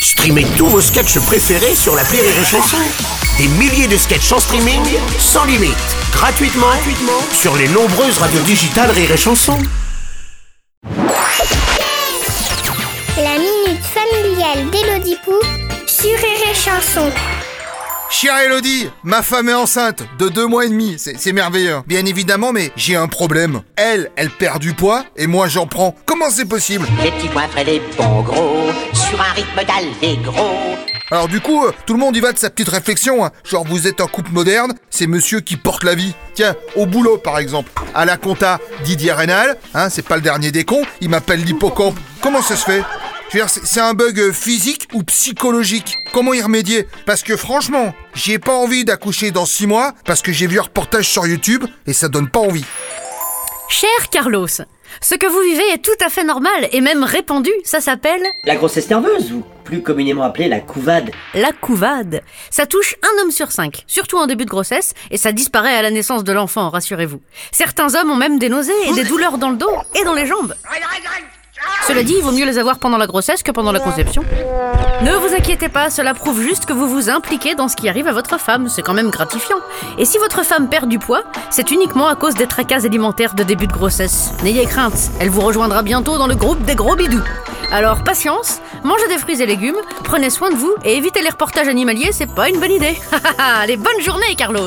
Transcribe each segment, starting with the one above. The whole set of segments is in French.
Streamez tous vos sketchs préférés sur l'appli Rire et Chanson. Des milliers de sketchs en streaming, sans limite, gratuitement sur les nombreuses radios digitales Rire et Chanson. La minute familiale d'Élodie Pou sur Rire et Chanson. Chère Élodie, ma femme est enceinte de 2 mois et demi, c'est merveilleux. Bien évidemment, mais j'ai un problème. Elle perd du poids et moi j'en prends. Comment c'est possible? Les petits points frais, les bons gros, sur un rythme d'allégro. Alors du coup, tout le monde y va de sa petite réflexion, hein. Genre vous êtes un couple moderne, c'est monsieur qui porte la vie. Tiens, au boulot par exemple, à la compta, Didier Rénal, hein, c'est pas le dernier des cons, il m'appelle l'hippocampe. Comment ça se fait? Je veux dire, c'est un bug physique ou psychologique? Comment y remédier? Parce que franchement, j'ai pas envie d'accoucher dans 6 mois, parce que j'ai vu un reportage sur YouTube, et ça donne pas envie. Cher Carlos, ce que vous vivez est tout à fait normal et même répandu, ça s'appelle... La grossesse nerveuse, ou plus communément appelée la couvade. La couvade. Ça touche un homme sur 5, surtout en début de grossesse, et ça disparaît à la naissance de l'enfant, rassurez-vous. Certains hommes ont même des nausées et des douleurs dans le dos et dans les jambes. Cela dit, il vaut mieux les avoir pendant la grossesse que pendant la conception. Ne vous inquiétez pas, cela prouve juste que vous vous impliquez dans ce qui arrive à votre femme, c'est quand même gratifiant. Et si votre femme perd du poids, c'est uniquement à cause des tracas alimentaires de début de grossesse. N'ayez crainte, elle vous rejoindra bientôt dans le groupe des gros bidous. Alors patience, mangez des fruits et légumes, prenez soin de vous et évitez les reportages animaliers, c'est pas une bonne idée. Allez, bonne journée Carlos.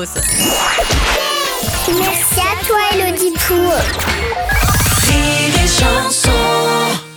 Merci à toi Élodie Pou. Rire et Chanson.